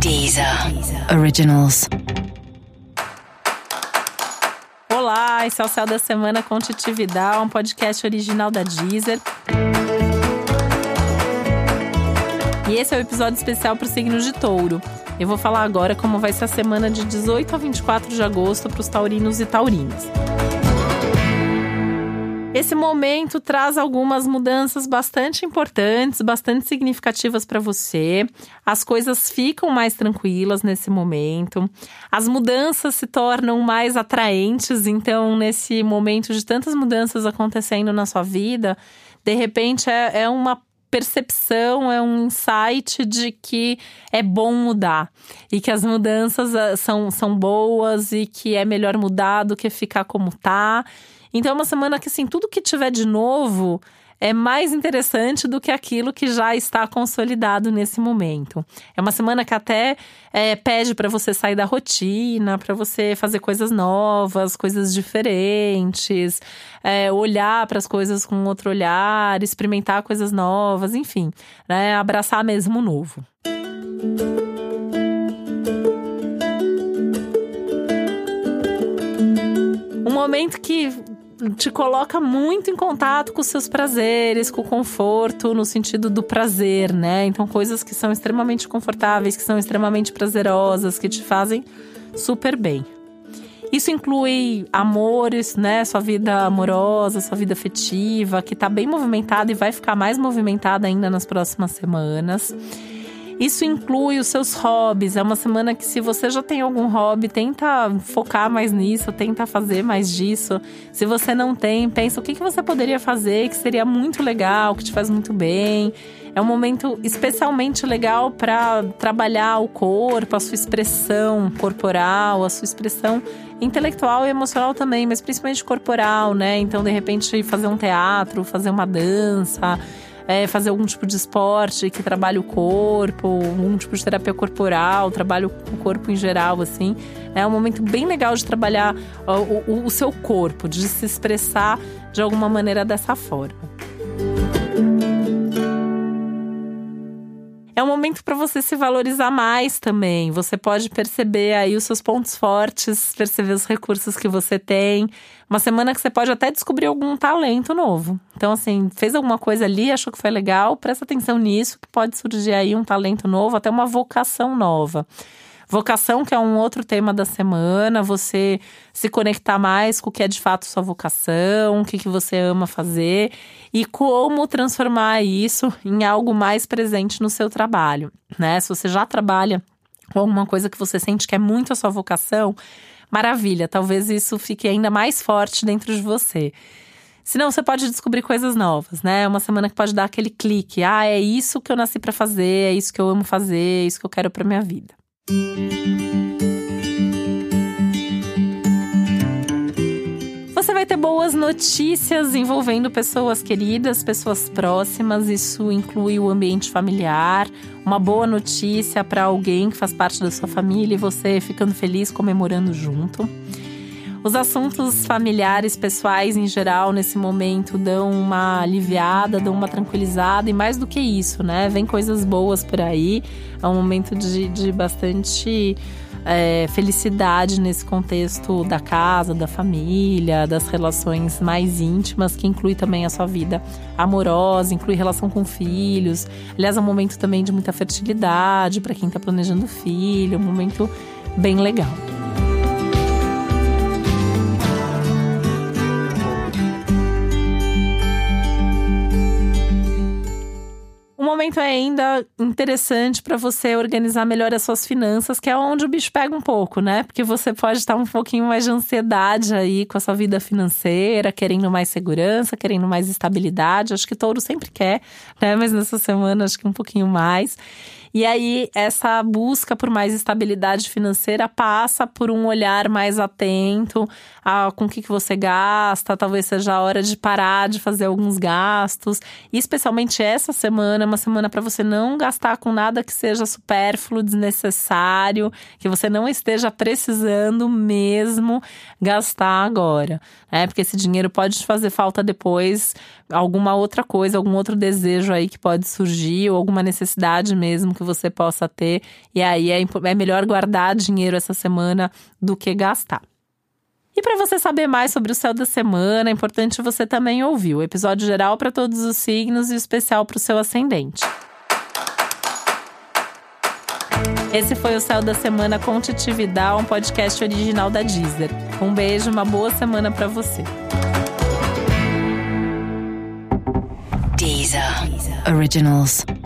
Deezer Originals. Olá, esse é o Céu da Semana com Titi Vidal, um podcast original da Deezer. E esse é o episódio especial para o signo de Touro. Eu vou falar agora como vai ser a semana de 18 a 24 de agosto para os taurinos e taurinas. Esse momento traz algumas mudanças bastante importantes, bastante significativas para você. As coisas ficam mais tranquilas nesse momento. As mudanças se tornam mais atraentes. Então, nesse momento de tantas mudanças acontecendo na sua vida, de repente é uma percepção, é um insight de que é bom mudar. E que as mudanças são boas e que é melhor mudar do que ficar como tá. Então é uma semana que, assim, tudo que tiver de novo é mais interessante do que aquilo que já está consolidado nesse momento. É uma semana que até pede para você sair da rotina, para você fazer coisas novas, coisas diferentes, olhar para as coisas com outro olhar, experimentar coisas novas, enfim, né? Abraçar mesmo o novo. Um momento que te coloca muito em contato com os seus prazeres, com o conforto, no sentido do prazer, né? Então, coisas que são extremamente confortáveis, que são extremamente prazerosas, que te fazem super bem. Isso inclui amores, né? Sua vida amorosa, sua vida afetiva, que tá bem movimentada e vai ficar mais movimentada ainda nas próximas semanas. Isso inclui os seus hobbies. É uma semana que, se você já tem algum hobby, tenta focar mais nisso, tenta fazer mais disso. Se você não tem, pensa o que você poderia fazer que seria muito legal, que te faz muito bem. É um momento especialmente legal para trabalhar o corpo, a sua expressão corporal, a sua expressão intelectual e emocional também, mas principalmente corporal, né? Então, de repente, fazer um teatro, fazer uma dança, fazer algum tipo de esporte que trabalhe o corpo, algum tipo de terapia corporal, trabalho o corpo em geral, assim. É um momento bem legal de trabalhar o seu corpo, de se expressar de alguma maneira dessa forma. É um momento para você se valorizar mais também. Você pode perceber aí os seus pontos fortes, perceber os recursos que você tem. Uma semana que você pode até descobrir algum talento novo. Então, assim, fez alguma coisa ali, achou que foi legal, presta atenção nisso, que pode surgir aí um talento novo, até uma vocação nova. Vocação, que é um outro tema da semana, você se conectar mais com o que é de fato sua vocação, o que você ama fazer e como transformar isso em algo mais presente no seu trabalho, né? Se você já trabalha com alguma coisa que você sente que é muito a sua vocação, maravilha, talvez isso fique ainda mais forte dentro de você. Senão você pode descobrir coisas novas, né? É uma semana que pode dar aquele clique. É isso que eu nasci pra fazer, é isso que eu amo fazer, é isso que eu quero pra minha vida. Você vai ter boas notícias envolvendo pessoas queridas, pessoas próximas. Isso inclui o ambiente familiar. Uma boa notícia para alguém que faz parte da sua família e você ficando feliz, comemorando junto. Os assuntos familiares, pessoais em geral, nesse momento, dão uma aliviada, dão uma tranquilizada. E mais do que isso, né? Vem coisas boas por aí. É um momento de bastante felicidade nesse contexto da casa, da família, das relações mais íntimas, que inclui também a sua vida amorosa, inclui relação com filhos. Aliás, é um momento também de muita fertilidade para quem está planejando filho. Um momento bem legal. Um momento ainda interessante para você organizar melhor as suas finanças, que é onde o bicho pega um pouco, né? Porque você pode estar um pouquinho mais de ansiedade aí com a sua vida financeira, querendo mais segurança, querendo mais estabilidade. Acho que Touro sempre quer, né? Mas nessa semana acho que um pouquinho mais. E aí, essa busca por mais estabilidade financeira passa por um olhar mais atento com o que você gasta. Talvez seja a hora de parar de fazer alguns gastos. E especialmente essa semana, é uma semana para você não gastar com nada que seja supérfluo, desnecessário, que você não esteja precisando mesmo gastar agora, né? Porque esse dinheiro pode te fazer falta depois, alguma outra coisa, algum outro desejo aí que pode surgir, ou alguma necessidade mesmo que que você possa ter. E aí é melhor guardar dinheiro essa semana do que gastar. E para você saber mais sobre o céu da semana, é importante você também ouvir o episódio geral para todos os signos e o especial para o seu ascendente. Esse foi o Céu da Semana com Titi Vidal, um podcast original da Deezer. Um beijo, uma boa semana para você. Deezer Originals.